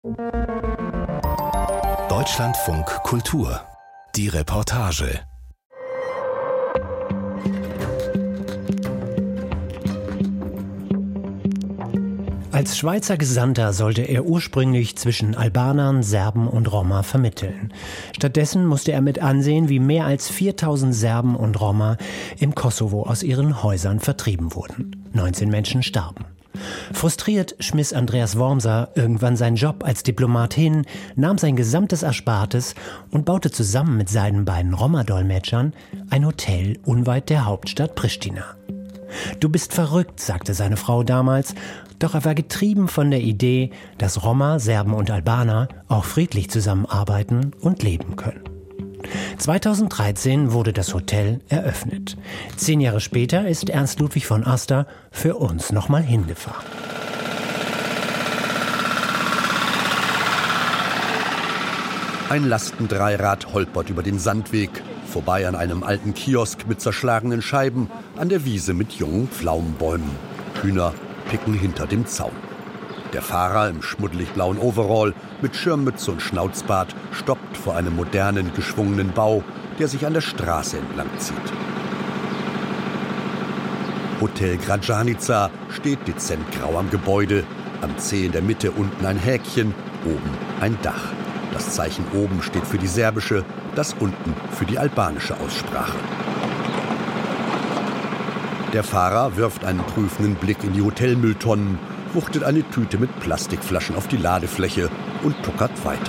Deutschlandfunk Kultur. Die Reportage. Als Schweizer Gesandter sollte er ursprünglich zwischen Albanern, Serben und Roma vermitteln. Stattdessen musste er mit ansehen, wie mehr als 4000 Serben und Roma im Kosovo aus ihren Häusern vertrieben wurden. 19 Menschen starben. Frustriert schmiss Andreas Wormser irgendwann seinen Job als Diplomat hin, nahm sein gesamtes Erspartes und baute zusammen mit seinen beiden Roma-Dolmetschern ein Hotel unweit der Hauptstadt Pristina. »Du bist verrückt«, sagte seine Frau damals, doch er war getrieben von der Idee, dass Roma, Serben und Albaner auch friedlich zusammenarbeiten und leben können. 2013 wurde das Hotel eröffnet. 10 Jahre später ist Ernst Ludwig von Aster für uns nochmal hingefahren. Ein Lastendreirad holpert über den Sandweg, vorbei an einem alten Kiosk mit zerschlagenen Scheiben, an der Wiese mit jungen Pflaumenbäumen. Hühner picken hinter dem Zaun. Der Fahrer im schmuddelig-blauen Overall mit Schirmmütze und Schnauzbart stoppt vor einem modernen, geschwungenen Bau, der sich an der Straße entlang zieht. Hotel Građanica steht dezent grau am Gebäude, am C in der Mitte unten ein Häkchen, oben ein Dach. Das Zeichen oben steht für die serbische, das unten für die albanische Aussprache. Der Fahrer wirft einen prüfenden Blick in die Hotelmülltonnen, wuchtet eine Tüte mit Plastikflaschen auf die Ladefläche und tuckert weiter.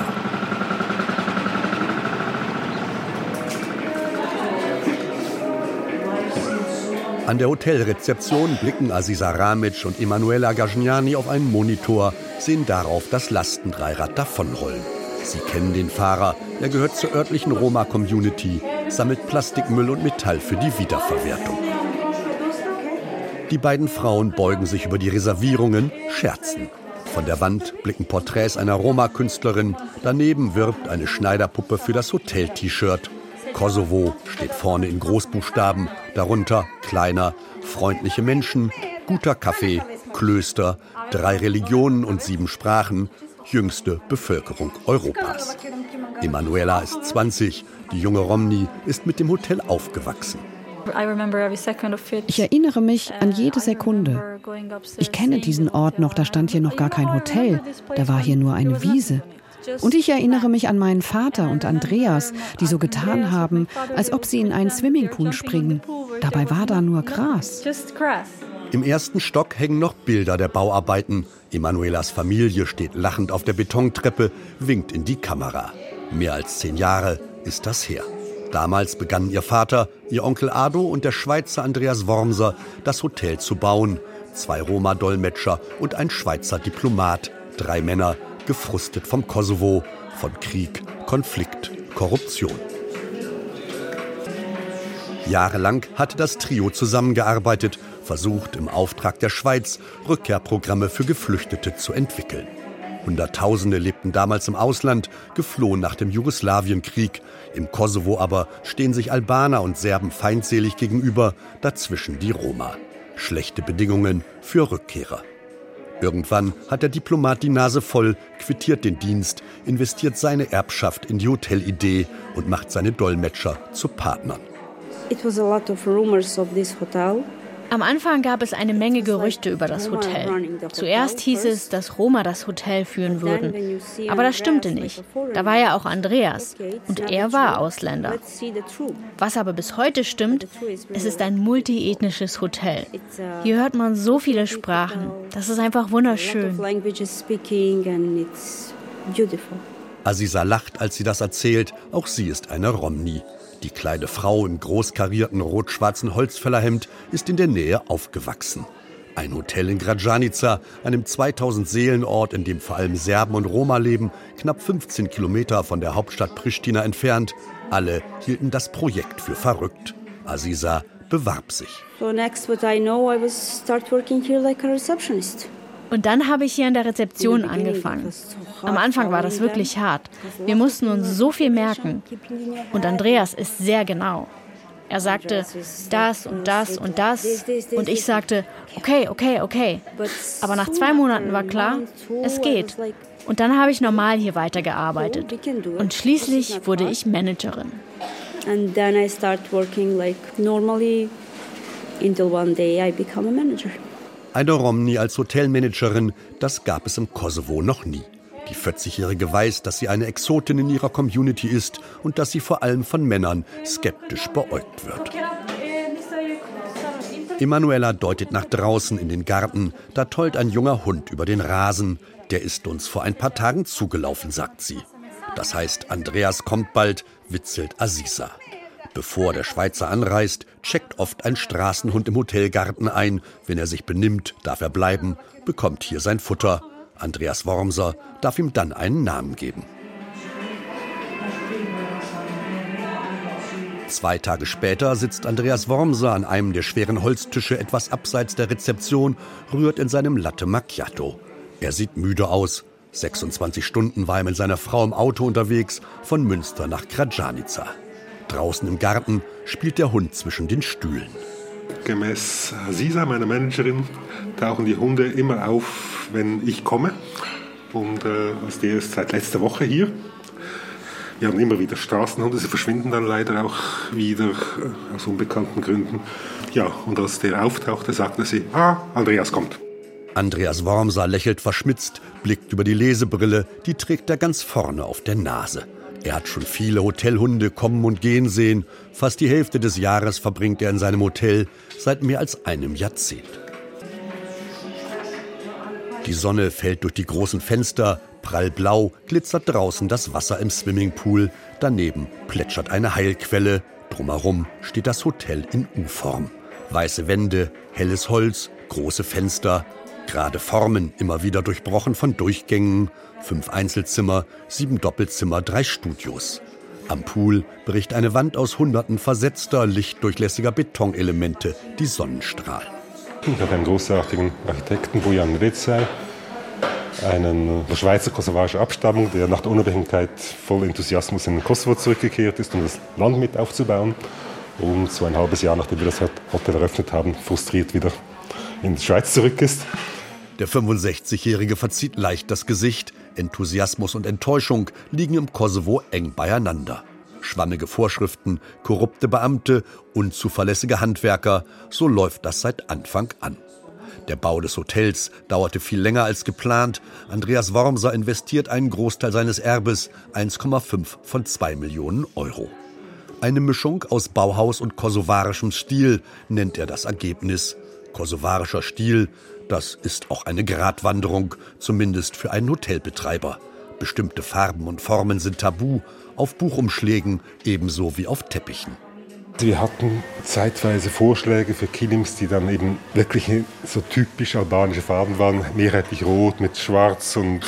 An der Hotelrezeption blicken Aziza Ramic und Emanuela Gagnani auf einen Monitor, sehen darauf das Lastendreirad davonrollen. Sie kennen den Fahrer, er gehört zur örtlichen Roma-Community, sammelt Plastikmüll und Metall für die Wiederverwertung. Die beiden Frauen beugen sich über die Reservierungen, scherzen. Von der Wand blicken Porträts einer Roma-Künstlerin, daneben wirbt eine Schneiderpuppe für das Hotel-T-Shirt. Kosovo steht vorne in Großbuchstaben, darunter kleiner, freundliche Menschen, guter Kaffee, Klöster, 3 Religionen und 7 Sprachen, jüngste Bevölkerung Europas. Emanuela ist 20, die junge Romni ist mit dem Hotel aufgewachsen. Ich erinnere mich an jede Sekunde. Ich kenne diesen Ort noch, da stand hier noch gar kein Hotel, da war hier nur eine Wiese. Und ich erinnere mich an meinen Vater und Andreas, die so getan haben, als ob sie in einen Swimmingpool springen. Dabei war da nur Gras. Im ersten Stock hängen noch Bilder der Bauarbeiten. Emanuelas Familie steht lachend auf der Betontreppe, winkt in die Kamera. Mehr als 10 Jahre ist das her. Damals begannen ihr Vater, ihr Onkel Ado und der Schweizer Andreas Wormser das Hotel zu bauen. 2 Roma-Dolmetscher und ein Schweizer Diplomat. 3 Männer, gefrustet vom Kosovo, von Krieg, Konflikt, Korruption. Jahrelang hatte das Trio zusammengearbeitet, versucht im Auftrag der Schweiz Rückkehrprogramme für Geflüchtete zu entwickeln. Hunderttausende lebten damals im Ausland, geflohen nach dem Jugoslawienkrieg. Im Kosovo aber stehen sich Albaner und Serben feindselig gegenüber, dazwischen die Roma. Schlechte Bedingungen für Rückkehrer. Irgendwann hat der Diplomat die Nase voll, quittiert den Dienst, investiert seine Erbschaft in die Hotelidee und macht seine Dolmetscher zu Partnern. It was a lot of rumors of this hotel. Am Anfang gab es eine Menge Gerüchte über das Hotel. Zuerst hieß es, dass Roma das Hotel führen würden. Aber das stimmte nicht. Da war ja auch Andreas. Und er war Ausländer. Was aber bis heute stimmt, es ist ein multiethnisches Hotel. Hier hört man so viele Sprachen. Das ist einfach wunderschön. Aziza lacht, als sie das erzählt. Auch sie ist eine Romni. Die kleine Frau im großkarierten rot-schwarzen Holzfällerhemd ist in der Nähe aufgewachsen. Ein Hotel in Građanica, einem 2000-Seelen-Ort, in dem vor allem Serben und Roma leben, knapp 15 Kilometer von der Hauptstadt Pristina entfernt. Alle hielten das Projekt für verrückt. Aziza bewarb sich. So next what I know, I was start working here like a receptionist. Und dann habe ich hier an der Rezeption angefangen. Am Anfang war das wirklich hart. Wir mussten uns so viel merken. Und Andreas ist sehr genau. Er sagte, das und das und das. Und ich sagte, okay. Aber nach 2 Monaten war klar, es geht. Und dann habe ich normal hier weitergearbeitet. Und schließlich wurde ich Managerin. And then I start working like normally until one day I become a manager. Eine Romney als Hotelmanagerin, das gab es im Kosovo noch nie. Die 40-Jährige weiß, dass sie eine Exotin in ihrer Community ist und dass sie vor allem von Männern skeptisch beäugt wird. Emanuela deutet nach draußen in den Garten. Da tollt ein junger Hund über den Rasen. Der ist uns vor ein paar Tagen zugelaufen, sagt sie. Das heißt, Andreas kommt bald, witzelt Aziza. Bevor der Schweizer anreist, checkt oft ein Straßenhund im Hotelgarten ein. Wenn er sich benimmt, darf er bleiben, bekommt hier sein Futter. Andreas Wormser darf ihm dann einen Namen geben. 2 Tage später sitzt Andreas Wormser an einem der schweren Holztische etwas abseits der Rezeption, rührt in seinem Latte Macchiato. Er sieht müde aus. 26 Stunden war er mit seiner Frau im Auto unterwegs, von Münster nach Gračanica. Draußen im Garten spielt der Hund zwischen den Stühlen. Gemäß Aziza, meiner Managerin, tauchen die Hunde immer auf, wenn ich komme. Und also der ist seit letzter Woche hier. Wir haben immer wieder Straßenhunde, sie verschwinden dann leider auch wieder aus unbekannten Gründen. Ja, und als der auftauchte, sagte sie, Andreas kommt. Andreas Wormser lächelt verschmitzt, blickt über die Lesebrille, die trägt er ganz vorne auf der Nase. Er hat schon viele Hotelhunde kommen und gehen sehen. Fast die Hälfte des Jahres verbringt er in seinem Hotel, seit mehr als einem Jahrzehnt. Die Sonne fällt durch die großen Fenster, prallblau glitzert draußen das Wasser im Swimmingpool. Daneben plätschert eine Heilquelle, drumherum steht das Hotel in U-Form. Weiße Wände, helles Holz, große Fenster, gerade Formen, immer wieder durchbrochen von Durchgängen. 5 Einzelzimmer, 7 Doppelzimmer, 3 Studios. Am Pool bricht eine Wand aus Hunderten versetzter, lichtdurchlässiger Betonelemente, die Sonnenstrahlen. Ich habe einen großartigen Architekten, Bojan Recaj, einen Schweizer kosovarischer Abstammung, der nach der Unabhängigkeit voll Enthusiasmus in den Kosovo zurückgekehrt ist, um das Land mit aufzubauen. Und so ein halbes Jahr, nachdem wir das Hotel eröffnet haben, frustriert wieder in die Schweiz zurück ist. Der 65-Jährige verzieht leicht das Gesicht. Enthusiasmus und Enttäuschung liegen im Kosovo eng beieinander. Schwammige Vorschriften, korrupte Beamte, unzuverlässige Handwerker, so läuft das seit Anfang an. Der Bau des Hotels dauerte viel länger als geplant. Andreas Wormser investiert einen Großteil seines Erbes, 1,5 von 2 Millionen Euro. Eine Mischung aus Bauhaus und kosovarischem Stil nennt er das Ergebnis. Kosovarischer Stil, das ist auch eine Gratwanderung, zumindest für einen Hotelbetreiber. Bestimmte Farben und Formen sind tabu, auf Buchumschlägen ebenso wie auf Teppichen. Wir hatten zeitweise Vorschläge für Kilims, die dann eben wirklich so typisch albanische Farben waren, mehrheitlich rot mit schwarz und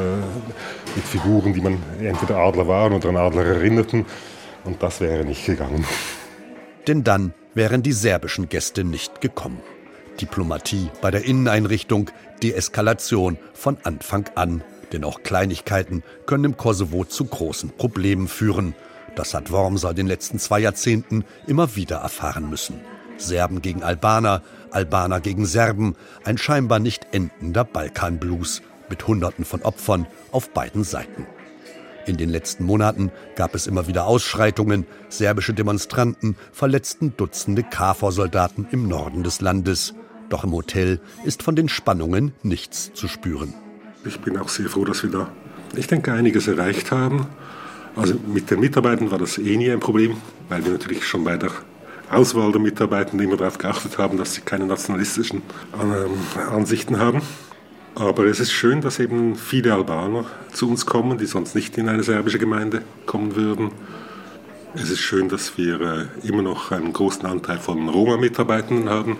mit Figuren, die man entweder Adler waren oder an Adler erinnerten. Und das wäre nicht gegangen. Denn dann wären die serbischen Gäste nicht gekommen. Diplomatie bei der Inneneinrichtung, Deeskalation von Anfang an. Denn auch Kleinigkeiten können im Kosovo zu großen Problemen führen. Das hat Wormser in den letzten 2 Jahrzehnten immer wieder erfahren müssen. Serben gegen Albaner, Albaner gegen Serben, ein scheinbar nicht endender Balkanblues mit Hunderten von Opfern auf beiden Seiten. In den letzten Monaten gab es immer wieder Ausschreitungen. Serbische Demonstranten verletzten Dutzende KFOR-Soldaten im Norden des Landes. Doch im Hotel ist von den Spannungen nichts zu spüren. Ich bin auch sehr froh, dass wir da, ich denke, einiges erreicht haben. Also mit den Mitarbeitern war das nie ein Problem, weil wir natürlich schon bei der Auswahl der Mitarbeitenden immer darauf geachtet haben, dass sie keine nationalistischen Ansichten haben. Aber es ist schön, dass eben viele Albaner zu uns kommen, die sonst nicht in eine serbische Gemeinde kommen würden. Es ist schön, dass wir immer noch einen großen Anteil von Roma-Mitarbeitenden haben.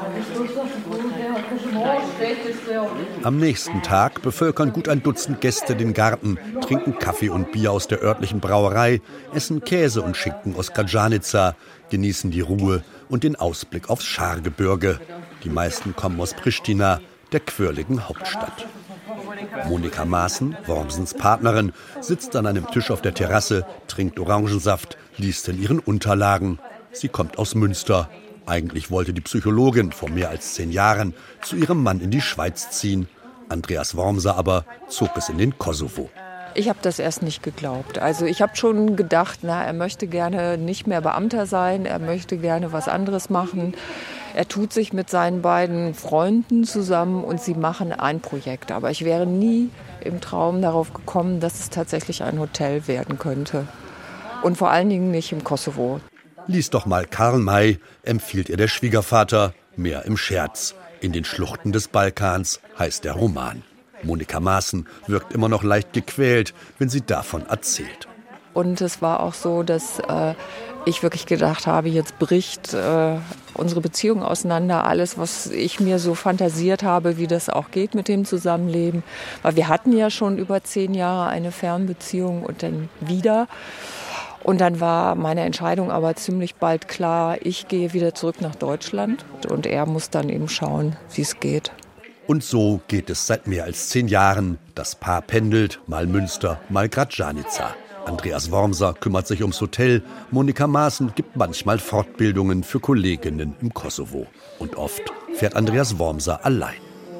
Am nächsten Tag bevölkern gut ein Dutzend Gäste den Garten, trinken Kaffee und Bier aus der örtlichen Brauerei, essen Käse und Schinken aus Gračanica, genießen die Ruhe und den Ausblick aufs Schargebirge. Die meisten kommen aus Pristina, der quirligen Hauptstadt. Monika Maaßen, Wormsens Partnerin, sitzt an einem Tisch auf der Terrasse, trinkt Orangensaft, liest in ihren Unterlagen. Sie kommt aus Münster. Eigentlich wollte die Psychologin vor mehr als 10 Jahren zu ihrem Mann in die Schweiz ziehen. Andreas Wormser aber zog es in den Kosovo. Ich habe das erst nicht geglaubt. Also ich habe schon gedacht, er möchte gerne nicht mehr Beamter sein, er möchte gerne was anderes machen. Er tut sich mit seinen beiden Freunden zusammen und sie machen ein Projekt. Aber ich wäre nie im Traum darauf gekommen, dass es tatsächlich ein Hotel werden könnte. Und vor allen Dingen nicht im Kosovo. Lies doch mal Karl May, empfiehlt ihr der Schwiegervater, mehr im Scherz. In den Schluchten des Balkans heißt der Roman. Monika Maaßen wirkt immer noch leicht gequält, wenn sie davon erzählt. Und es war auch so, dass ich wirklich gedacht habe, jetzt bricht unsere Beziehung auseinander. Alles, was ich mir so fantasiert habe, wie das auch geht mit dem Zusammenleben. Weil wir hatten ja schon über 10 Jahre eine Fernbeziehung und dann wieder. Und dann war meine Entscheidung aber ziemlich bald klar, ich gehe wieder zurück nach Deutschland. Und er muss dann eben schauen, wie es geht. Und so geht es seit mehr als 10 Jahren. Das Paar pendelt, mal Münster, mal Gračanica. Andreas Wormser kümmert sich ums Hotel. Monika Maaßen gibt manchmal Fortbildungen für Kolleginnen im Kosovo. Und oft fährt Andreas Wormser allein.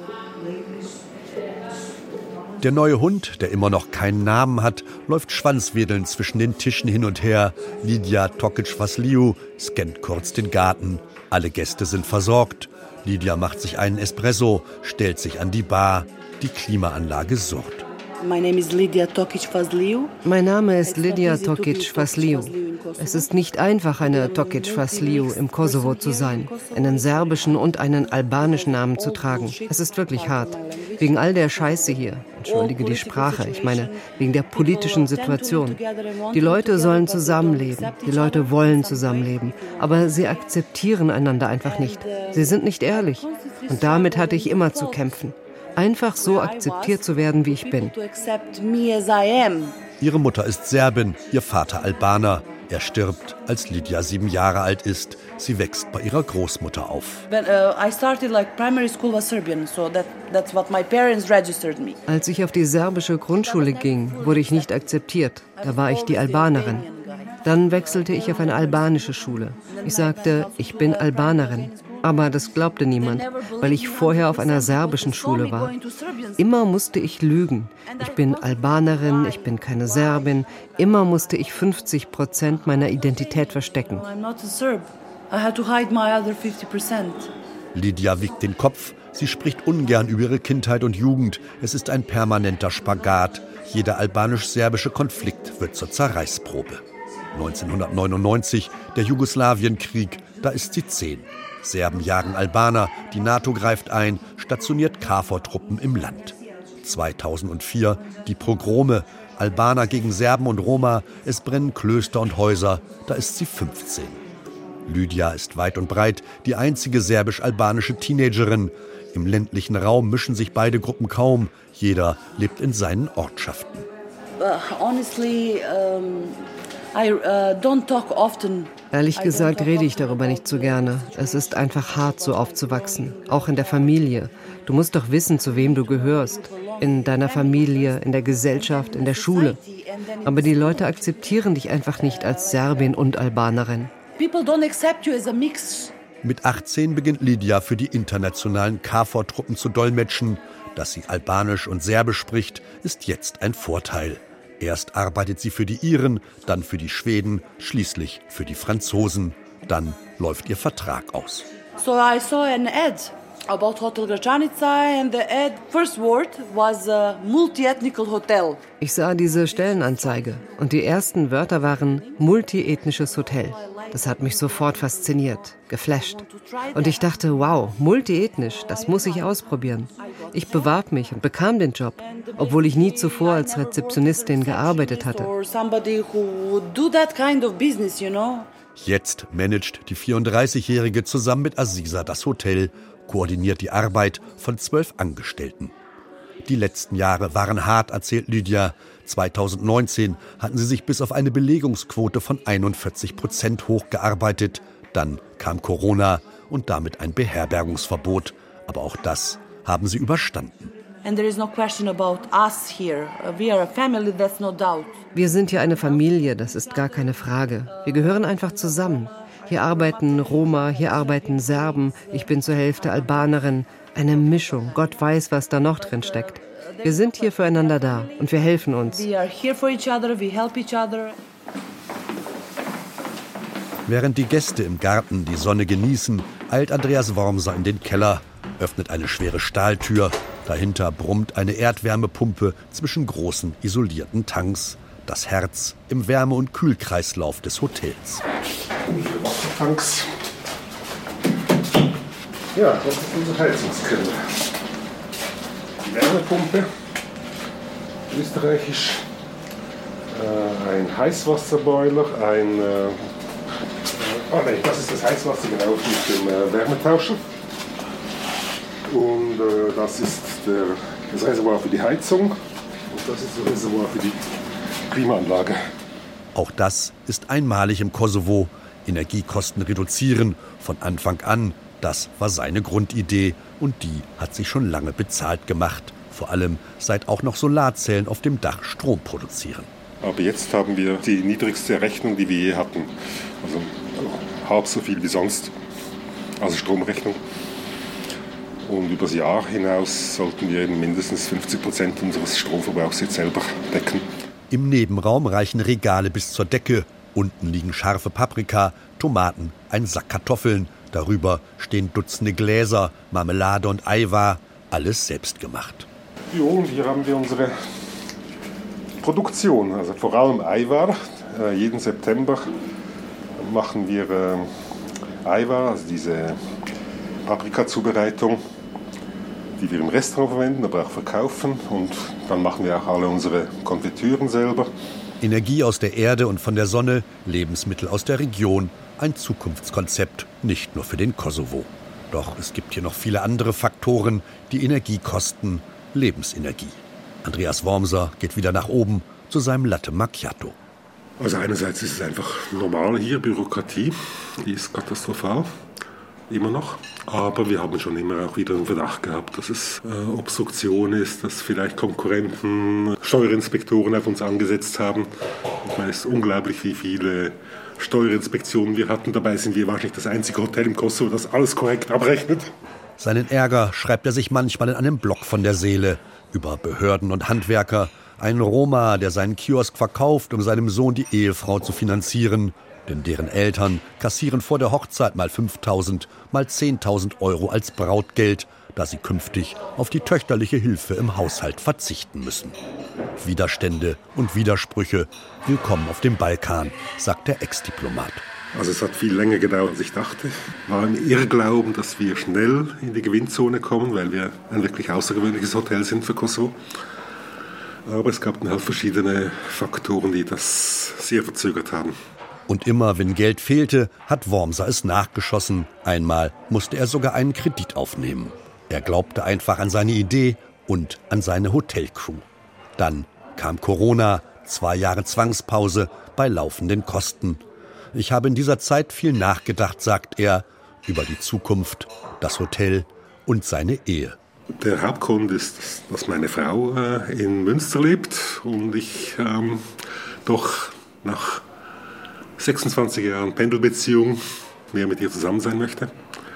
Der neue Hund, der immer noch keinen Namen hat, läuft schwanzwedelnd zwischen den Tischen hin und her. Lidia Tokic-Vasiliu scannt kurz den Garten. Alle Gäste sind versorgt. Lidia macht sich einen Espresso, stellt sich an die Bar. Die Klimaanlage surrt. Mein Name ist Lidia Tokic-Vasiliu. Es ist nicht einfach, eine Tokic-Vasiliu im Kosovo zu sein, einen serbischen und einen albanischen Namen zu tragen. Es ist wirklich hart. Wegen all der Scheiße hier. Entschuldige die Sprache, ich meine, wegen der politischen Situation. Die Leute sollen zusammenleben, die Leute wollen zusammenleben, aber sie akzeptieren einander einfach nicht. Sie sind nicht ehrlich. Und damit hatte ich immer zu kämpfen. Einfach so akzeptiert zu werden, wie ich bin. Ihre Mutter ist Serbin, ihr Vater Albaner. Er stirbt, als Lidia 7 Jahre alt ist. Sie wächst bei ihrer Großmutter auf. Als ich auf die serbische Grundschule ging, wurde ich nicht akzeptiert. Da war ich die Albanerin. Dann wechselte ich auf eine albanische Schule. Ich sagte, ich bin Albanerin. Aber das glaubte niemand, weil ich vorher auf einer serbischen Schule war. Immer musste ich lügen. Ich bin Albanerin, ich bin keine Serbin. Immer musste ich 50% meiner Identität verstecken. Lidia wiegt den Kopf. Sie spricht ungern über ihre Kindheit und Jugend. Es ist ein permanenter Spagat. Jeder albanisch-serbische Konflikt wird zur Zerreißprobe. 1999, der Jugoslawienkrieg, da ist sie 10. Serben jagen Albaner, die NATO greift ein, stationiert KFOR-Truppen im Land. 2004 die Pogrome, Albaner gegen Serben und Roma, es brennen Klöster und Häuser, da ist sie 15. Lydia ist weit und breit die einzige serbisch-albanische Teenagerin. Im ländlichen Raum mischen sich beide Gruppen kaum, jeder lebt in seinen Ortschaften. Ehrlich gesagt rede ich darüber nicht so gerne. Es ist einfach hart, so aufzuwachsen. Auch in der Familie. Du musst doch wissen, zu wem du gehörst. In deiner Familie, in der Gesellschaft, in der Schule. Aber die Leute akzeptieren dich einfach nicht als Serbin und Albanerin. Mit 18 beginnt Lidia für die internationalen KFOR-Truppen zu dolmetschen. Dass sie Albanisch und Serbisch spricht, ist jetzt ein Vorteil. Erst arbeitet sie für die Iren, dann für die Schweden, schließlich für die Franzosen. Dann läuft ihr Vertrag aus. So I saw an ad about Hotel Gračanica and the ad first word was a multi-ethnical hotel. Ich sah diese Stellenanzeige und die ersten Wörter waren multiethnisches Hotel. Das hat mich sofort fasziniert, geflasht. Und ich dachte, wow, multiethnisch, das muss ich ausprobieren. Ich bewarb mich und bekam den Job, obwohl ich nie zuvor als Rezeptionistin gearbeitet hatte. Jetzt managt die 34-Jährige zusammen mit Aziza das Hotel, koordiniert die Arbeit von 12 Angestellten. Die letzten Jahre waren hart, erzählt Lydia. 2019 hatten sie sich bis auf eine Belegungsquote von 41% hochgearbeitet. Dann kam Corona und damit ein Beherbergungsverbot. Aber auch das haben sie überstanden. Wir sind hier eine Familie, das ist gar keine Frage. Wir gehören einfach zusammen. Hier arbeiten Roma, hier arbeiten Serben, ich bin zur Hälfte Albanerin. Eine Mischung. Gott weiß, was da noch drin steckt. Wir sind hier füreinander da und wir helfen uns. Während die Gäste im Garten die Sonne genießen, eilt Andreas Wormser in den Keller, öffnet eine schwere Stahltür. Dahinter brummt eine Erdwärmepumpe zwischen großen isolierten Tanks. Das Herz im Wärme- und Kühlkreislauf des Hotels. Unsere Wassertanks. Ja, das ist unser Heizungskeller. Die Wärmepumpe, österreichisch. Ein Heißwasserboiler, das ist das Heißwasser genau mit dem Wärmetauscher. Und das ist das Reservoir für die Heizung und das ist das Reservoir für die Klimaanlage. Auch das ist einmalig im Kosovo. Energiekosten reduzieren von Anfang an. Das war seine Grundidee und die hat sich schon lange bezahlt gemacht. Vor allem seit auch noch Solarzellen auf dem Dach Strom produzieren. Aber jetzt haben wir die niedrigste Rechnung, die wir je hatten. Also halb so viel wie sonst. Also Stromrechnung. Und über das Jahr hinaus sollten wir eben mindestens 50% unseres Stromverbrauchs jetzt selber decken. Im Nebenraum reichen Regale bis zur Decke. Unten liegen scharfe Paprika, Tomaten, ein Sack Kartoffeln. Darüber stehen Dutzende Gläser, Marmelade und Eiwar. Alles selbst gemacht. Ja, und hier haben wir unsere Produktion. Also vor allem Eiwar. Jeden September machen wir Eiwar, also diese Paprika-Zubereitung, die wir im Restaurant verwenden, aber auch verkaufen. Und dann machen wir auch alle unsere Konfitüren selber. Energie aus der Erde und von der Sonne, Lebensmittel aus der Region. Ein Zukunftskonzept, nicht nur für den Kosovo. Doch es gibt hier noch viele andere Faktoren, die Energie kosten. Lebensenergie. Andreas Wormser geht wieder nach oben zu seinem Latte Macchiato. Also einerseits ist es einfach normal hier, Bürokratie, die ist katastrophal, immer noch. Aber wir haben schon immer auch wieder einen Verdacht gehabt, dass es Obstruktion ist, dass vielleicht Konkurrenten, Steuerinspektoren auf uns angesetzt haben. Ich meine, es ist unglaublich, wie viele Steuerinspektionen wir hatten. Dabei sind wir wahrscheinlich das einzige Hotel im Kosovo, das alles korrekt abrechnet. Seinen Ärger schreibt er sich manchmal in einem Block von der Seele über Behörden und Handwerker. Ein Roma, der seinen Kiosk verkauft, um seinem Sohn die Ehefrau zu finanzieren. Denn deren Eltern kassieren vor der Hochzeit mal 5.000, mal 10.000 Euro als Brautgeld, da sie künftig auf die töchterliche Hilfe im Haushalt verzichten müssen. Widerstände und Widersprüche, willkommen auf dem Balkan, sagt der Ex-Diplomat. Also es hat viel länger gedauert, als ich dachte. War im Irrglauben, dass wir schnell in die Gewinnzone kommen, weil wir ein wirklich außergewöhnliches Hotel sind für Kosovo. Aber es gab dann halt verschiedene Faktoren, die das sehr verzögert haben. Und immer, wenn Geld fehlte, hat Wormser es nachgeschossen. Einmal musste er sogar einen Kredit aufnehmen. Er glaubte einfach an seine Idee und an seine Hotelcrew. Dann kam Corona, 2 Jahre Zwangspause bei laufenden Kosten. Ich habe in dieser Zeit viel nachgedacht, sagt er, über die Zukunft, das Hotel und seine Ehe. Der Hauptgrund ist, dass meine Frau in Münster lebt und ich doch nach 26 Jahren Pendelbeziehung mehr mit ihr zusammen sein möchte.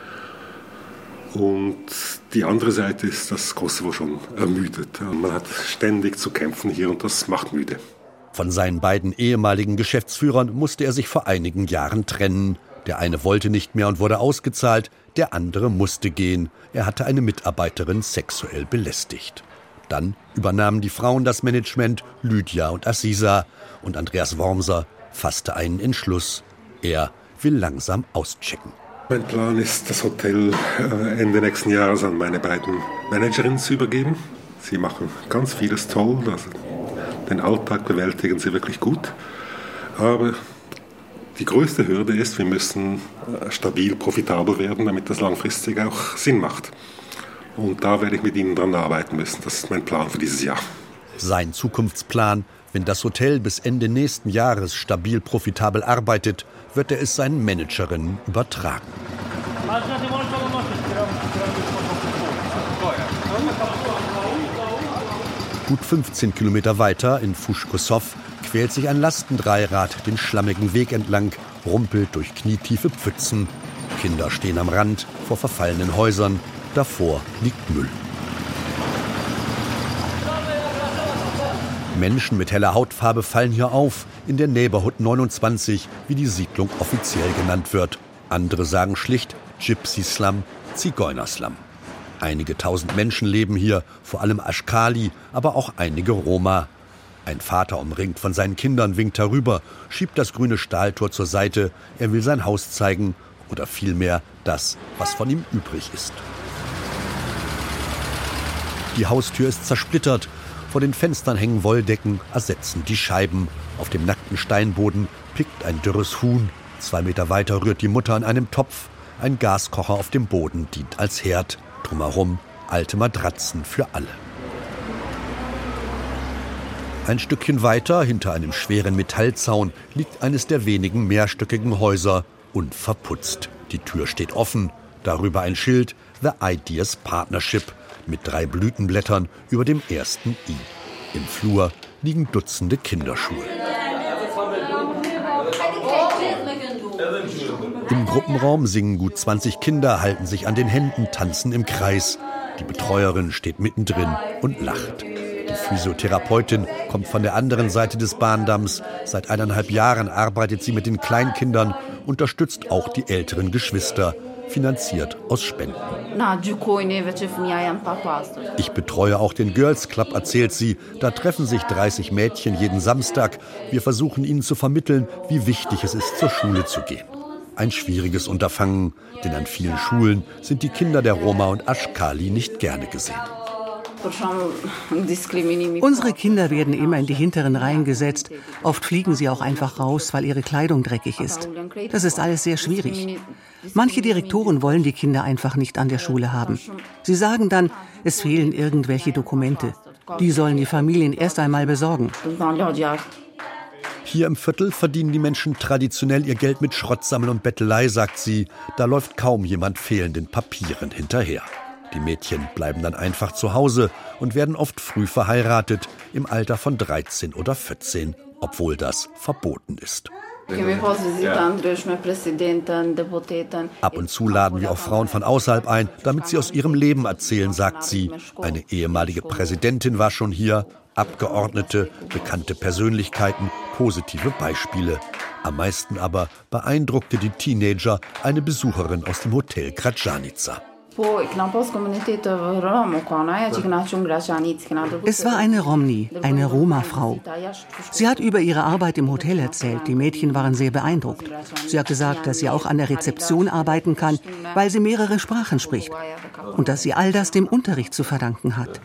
Und die andere Seite ist, dass Kosovo schon ermüdet. Man hat ständig zu kämpfen hier und das macht müde. Von seinen beiden ehemaligen Geschäftsführern musste er sich vor einigen Jahren trennen. Der eine wollte nicht mehr und wurde ausgezahlt, der andere musste gehen. Er hatte eine Mitarbeiterin sexuell belästigt. Dann übernahmen die Frauen das Management, Lydia und Aziza. Und Andreas Wormser fasste einen Entschluss. Er will langsam auschecken. Mein Plan ist, das Hotel Ende nächsten Jahres an meine beiden Managerinnen zu übergeben. Sie machen ganz vieles toll. Also den Alltag bewältigen sie wirklich gut. Aber die größte Hürde ist, wir müssen stabil profitabel werden, damit das langfristig auch Sinn macht. Und da werde ich mit ihnen dran arbeiten müssen. Das ist mein Plan für dieses Jahr. Sein Zukunftsplan: Wenn das Hotel bis Ende nächsten Jahres stabil profitabel arbeitet, wird er es seinen Managerinnen übertragen. Gut 15 Kilometer weiter in Fushkosov quält sich ein Lastendreirad den schlammigen Weg entlang, rumpelt durch knietiefe Pfützen. Kinder stehen am Rand vor verfallenen Häusern. davor liegt Müll. Menschen mit heller Hautfarbe fallen hier auf, in der Neighborhood 29, wie die Siedlung offiziell genannt wird. Andere sagen schlicht Gypsy Slum, Zigeunerslum. Einige tausend Menschen leben hier, vor allem Ashkali, aber auch einige Roma. Ein Vater, umringt von seinen Kindern, winkt herüber, schiebt das grüne Stahltor zur Seite. Er will sein Haus zeigen oder vielmehr das, was von ihm übrig ist. Die Haustür ist zersplittert. Vor den Fenstern hängen Wolldecken, ersetzen die Scheiben. Auf dem nackten Steinboden pickt ein dürres Huhn. 2 Meter weiter rührt die Mutter an einem Topf. Ein Gaskocher auf dem Boden dient als Herd. Drumherum alte Matratzen für alle. Ein Stückchen weiter, hinter einem schweren Metallzaun, liegt eines der wenigen mehrstöckigen Häuser, unverputzt. Die Tür steht offen, darüber ein Schild The Ideas Partnership mit 3 Blütenblättern über dem ersten I. Im Flur liegen Dutzende Kinderschuhe. Im Gruppenraum singen gut 20 Kinder, halten sich an den Händen, tanzen im Kreis. Die Betreuerin steht mittendrin und lacht. Die Physiotherapeutin kommt von der anderen Seite des Bahndamms. Seit 1,5 Jahren arbeitet sie mit den Kleinkindern, unterstützt auch die älteren Geschwister, finanziert aus Spenden. Ich betreue auch den Girls Club, erzählt sie. Da treffen sich 30 Mädchen jeden Samstag. Wir versuchen ihnen zu vermitteln, wie wichtig es ist, zur Schule zu gehen. Ein schwieriges Unterfangen, denn an vielen Schulen sind die Kinder der Roma und Ashkali nicht gerne gesehen. Unsere Kinder werden immer in die hinteren Reihen gesetzt. Oft fliegen sie auch einfach raus, weil ihre Kleidung dreckig ist. Das ist alles sehr schwierig. Manche Direktoren wollen die Kinder einfach nicht an der Schule haben. Sie sagen dann, es fehlen irgendwelche Dokumente. Die sollen die Familien erst einmal besorgen. Hier im Viertel verdienen die Menschen traditionell ihr Geld mit Schrottsammeln und Bettelei, sagt sie. Da läuft kaum jemand fehlenden Papieren hinterher. Die Mädchen bleiben dann einfach zu Hause und werden oft früh verheiratet, im Alter von 13 oder 14, obwohl das verboten ist. Ab und zu laden wir auch Frauen von außerhalb ein, damit sie aus ihrem Leben erzählen, sagt sie. Eine ehemalige Präsidentin war schon hier, Abgeordnete, bekannte Persönlichkeiten, positive Beispiele. Am meisten aber beeindruckte die Teenager eine Besucherin aus dem Hotel Gračanica. Es war eine Romni, eine Roma-Frau. Sie hat über ihre Arbeit im Hotel erzählt. Die Mädchen waren sehr beeindruckt. Sie hat gesagt, dass sie auch an der Rezeption arbeiten kann, weil sie mehrere Sprachen spricht. Und dass sie all das dem Unterricht zu verdanken hat.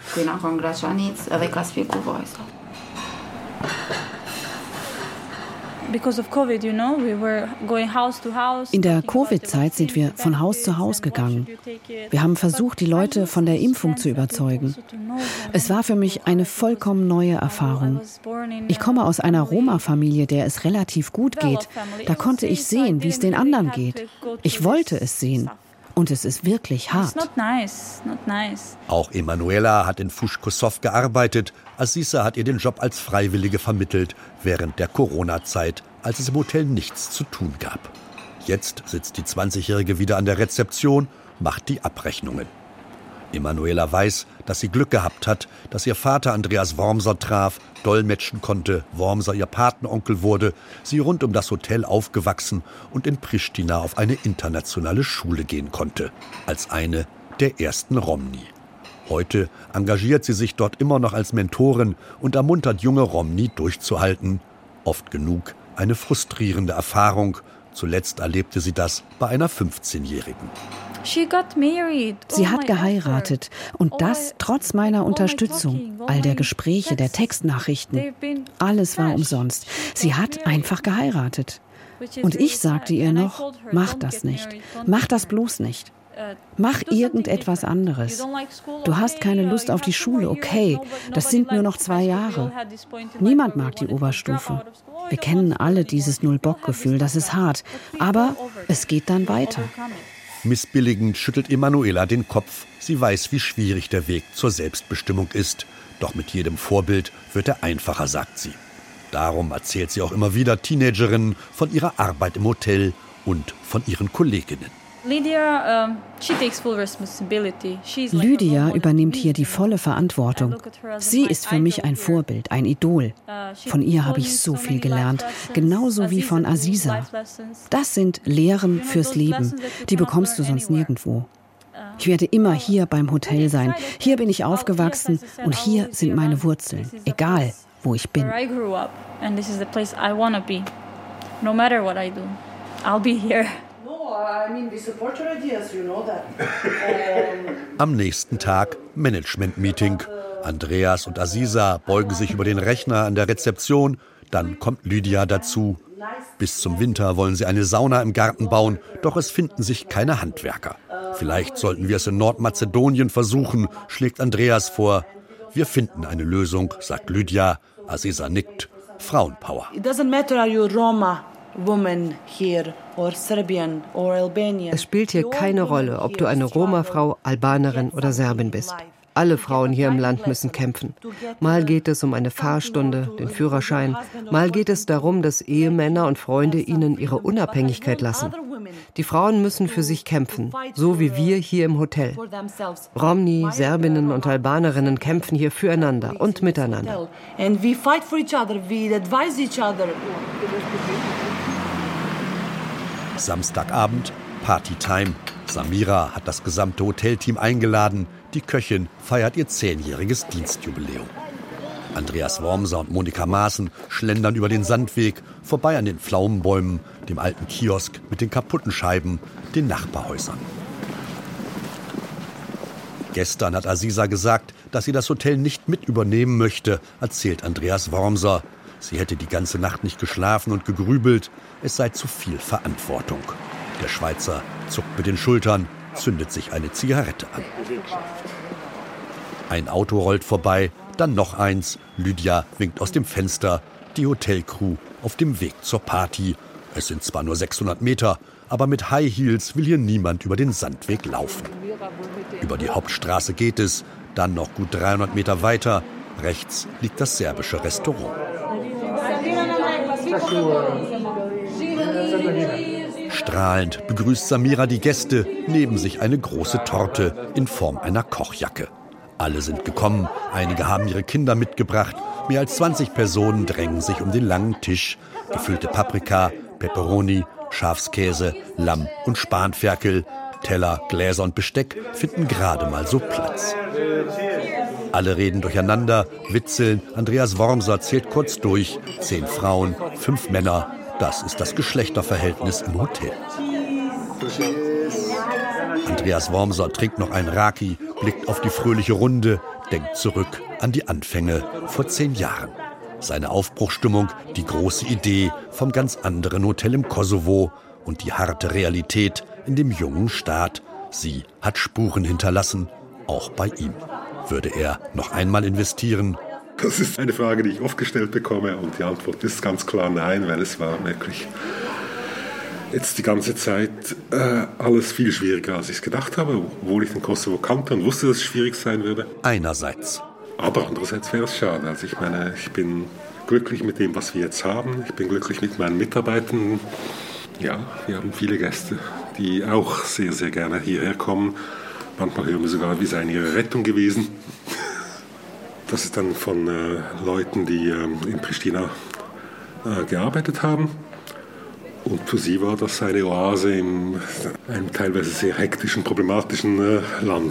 In der Covid-Zeit sind wir von Haus zu Haus gegangen. Wir haben versucht, die Leute von der Impfung zu überzeugen. Es war für mich eine vollkommen neue Erfahrung. Ich komme aus einer Roma-Familie, der es relativ gut geht. Da konnte ich sehen, wie es den anderen geht. Ich wollte es sehen. Und es ist wirklich hart. Auch Emanuela hat in Fushkosov gearbeitet. Aziza hat ihr den Job als Freiwillige vermittelt, während der Corona-Zeit, als es im Hotel nichts zu tun gab. Jetzt sitzt die 20-Jährige wieder an der Rezeption, macht die Abrechnungen. Emanuela weiß, dass sie Glück gehabt hat, dass ihr Vater Andreas Wormser traf, dolmetschen konnte, Wormser ihr Patenonkel wurde, sie rund um das Hotel aufgewachsen und in Pristina auf eine internationale Schule gehen konnte, als eine der ersten Romni. Heute engagiert sie sich dort immer noch als Mentorin und ermuntert junge Romni durchzuhalten. Oft genug eine frustrierende Erfahrung. Zuletzt erlebte sie das bei einer 15-Jährigen. Sie hat geheiratet und das trotz meiner Unterstützung, all der Gespräche, der Textnachrichten. Alles war umsonst. Sie hat einfach geheiratet. Und ich sagte ihr noch, mach das nicht. Mach das bloß nicht. Mach irgendetwas anderes. Du hast keine Lust auf die Schule, okay. Das sind nur noch 2 Jahre. Niemand mag die Oberstufe. Wir kennen alle dieses Null-Bock-Gefühl, das ist hart. Aber es geht dann weiter. Missbilligend schüttelt Emanuela den Kopf. Sie weiß, wie schwierig der Weg zur Selbstbestimmung ist. Doch mit jedem Vorbild wird er einfacher, sagt sie. Darum erzählt sie auch immer wieder Teenagerinnen von ihrer Arbeit im Hotel und von ihren Kolleginnen. Lydia übernimmt hier die volle Verantwortung. Sie ist für mich ein Vorbild, ein Idol. Von ihr habe ich so viel gelernt, genauso wie von Aziza. Das sind Lehren fürs Leben, die bekommst du sonst nirgendwo. Ich werde immer hier beim Hotel sein. Hier bin ich aufgewachsen und hier sind meine Wurzeln, egal wo ich bin. No matter what I do, I'll be here. Am nächsten Tag Management-Meeting. Andreas und Aziza beugen sich über den Rechner an der Rezeption. Dann kommt Lydia dazu. Bis zum Winter wollen sie eine Sauna im Garten bauen, doch es finden sich keine Handwerker. Vielleicht sollten wir es in Nordmazedonien versuchen, schlägt Andreas vor. Wir finden eine Lösung, sagt Lydia. Aziza nickt. Frauenpower. Es spielt hier keine Rolle, ob du eine Roma-Frau, Albanerin oder Serbin bist. Alle Frauen hier im Land müssen kämpfen. Mal geht es um eine Fahrstunde, den Führerschein. Mal geht es darum, dass Ehemänner und Freunde ihnen ihre Unabhängigkeit lassen. Die Frauen müssen für sich kämpfen, so wie wir hier im Hotel. Romni, Serbinnen und Albanerinnen kämpfen hier füreinander und miteinander. Samstagabend, Partytime. Samira hat das gesamte Hotelteam eingeladen. Die Köchin feiert ihr 10-jähriges Dienstjubiläum. Andreas Wormser und Monika Maaßen schlendern über den Sandweg, vorbei an den Pflaumenbäumen, dem alten Kiosk mit den kaputten Scheiben, den Nachbarhäusern. Gestern hat Aziza gesagt, dass sie das Hotel nicht mit übernehmen möchte, erzählt Andreas Wormser. Sie hätte die ganze Nacht nicht geschlafen und gegrübelt. Es sei zu viel Verantwortung. Der Schweizer zuckt mit den Schultern, zündet sich eine Zigarette an. Ein Auto rollt vorbei, dann noch eins. Lydia winkt aus dem Fenster. Die Hotelcrew auf dem Weg zur Party. Es sind zwar nur 600 Meter, aber mit High Heels will hier niemand über den Sandweg laufen. Über die Hauptstraße geht es, dann noch gut 300 Meter weiter. Rechts liegt das serbische Restaurant. Strahlend begrüßt Samira die Gäste, neben sich eine große Torte in Form einer Kochjacke. Alle sind gekommen, einige haben ihre Kinder mitgebracht. Mehr als 20 Personen drängen sich um den langen Tisch. Gefüllte Paprika, Peperoni, Schafskäse, Lamm und Spanferkel. Teller, Gläser und Besteck finden gerade mal so Platz. Alle reden durcheinander, witzeln. Andreas Wormser zählt kurz durch. 10 Frauen, 5 Männer. Das ist das Geschlechterverhältnis im Hotel. Andreas Wormser trinkt noch einen Raki, blickt auf die fröhliche Runde, denkt zurück an die Anfänge vor 10 Jahren. Seine Aufbruchsstimmung, die große Idee vom ganz anderen Hotel im Kosovo und die harte Realität in dem jungen Staat. Sie hat Spuren hinterlassen, auch bei ihm. Würde er noch einmal investieren? Das ist eine Frage, die ich oft gestellt bekomme und die Antwort ist ganz klar nein, weil es war wirklich jetzt die ganze Zeit alles viel schwieriger, als ich es gedacht habe, obwohl ich den Kosovo kannte und wusste, dass es schwierig sein würde. Einerseits. Aber andererseits wäre es schade. Also ich meine, ich bin glücklich mit dem, was wir jetzt haben. Ich bin glücklich mit meinen Mitarbeitern. Ja, wir haben viele Gäste, die auch sehr, sehr gerne hierher kommen. Manchmal hören wir sogar, wie sei ihre Rettung gewesen. Das ist dann von Leuten, die in Pristina gearbeitet haben. Und für sie war das eine Oase in einem teilweise sehr hektischen, problematischen Land.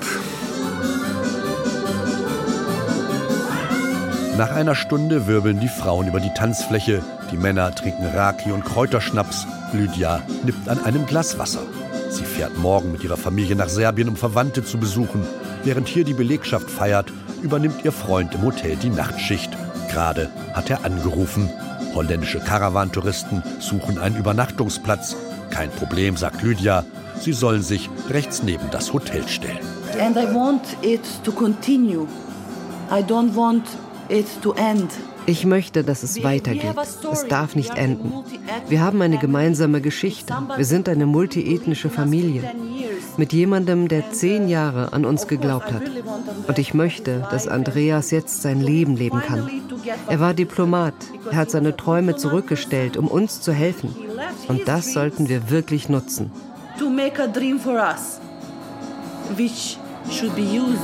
Nach einer Stunde wirbeln die Frauen über die Tanzfläche. Die Männer trinken Raki und Kräuterschnaps. Lydia nippt an einem Glas Wasser. Sie fährt morgen mit ihrer Familie nach Serbien, um Verwandte zu besuchen. Während hier die Belegschaft feiert, übernimmt ihr Freund im Hotel die Nachtschicht. Gerade hat er angerufen. Holländische Karawantouristen suchen einen Übernachtungsplatz. Kein Problem, sagt Lydia. Sie sollen sich rechts neben das Hotel stellen. And I want it to continue. I don't want it to end. Ich möchte, dass es weitergeht. Es darf nicht enden. Wir haben eine gemeinsame Geschichte. Wir sind eine multiethnische Familie. Mit jemandem, der 10 Jahre an uns geglaubt hat. Und ich möchte, dass Andreas jetzt sein Leben leben kann. Er war Diplomat. Er hat seine Träume zurückgestellt, um uns zu helfen. Und das sollten wir wirklich nutzen. to make a dream for us, which should be used.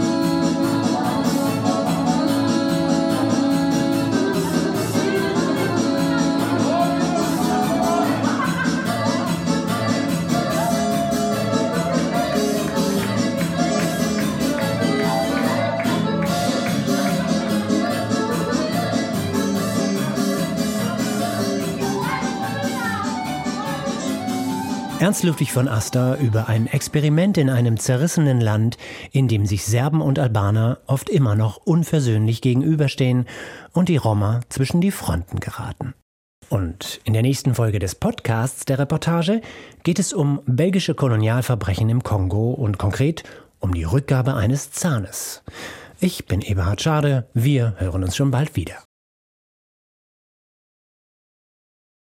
Ernst Ludwig von Aster über ein Experiment in einem zerrissenen Land, in dem sich Serben und Albaner oft immer noch unversöhnlich gegenüberstehen und die Roma zwischen die Fronten geraten. Und in der nächsten Folge des Podcasts der Reportage geht es um belgische Kolonialverbrechen im Kongo und konkret um die Rückgabe eines Zahnes. Ich bin Eberhard Schade, wir hören uns schon bald wieder.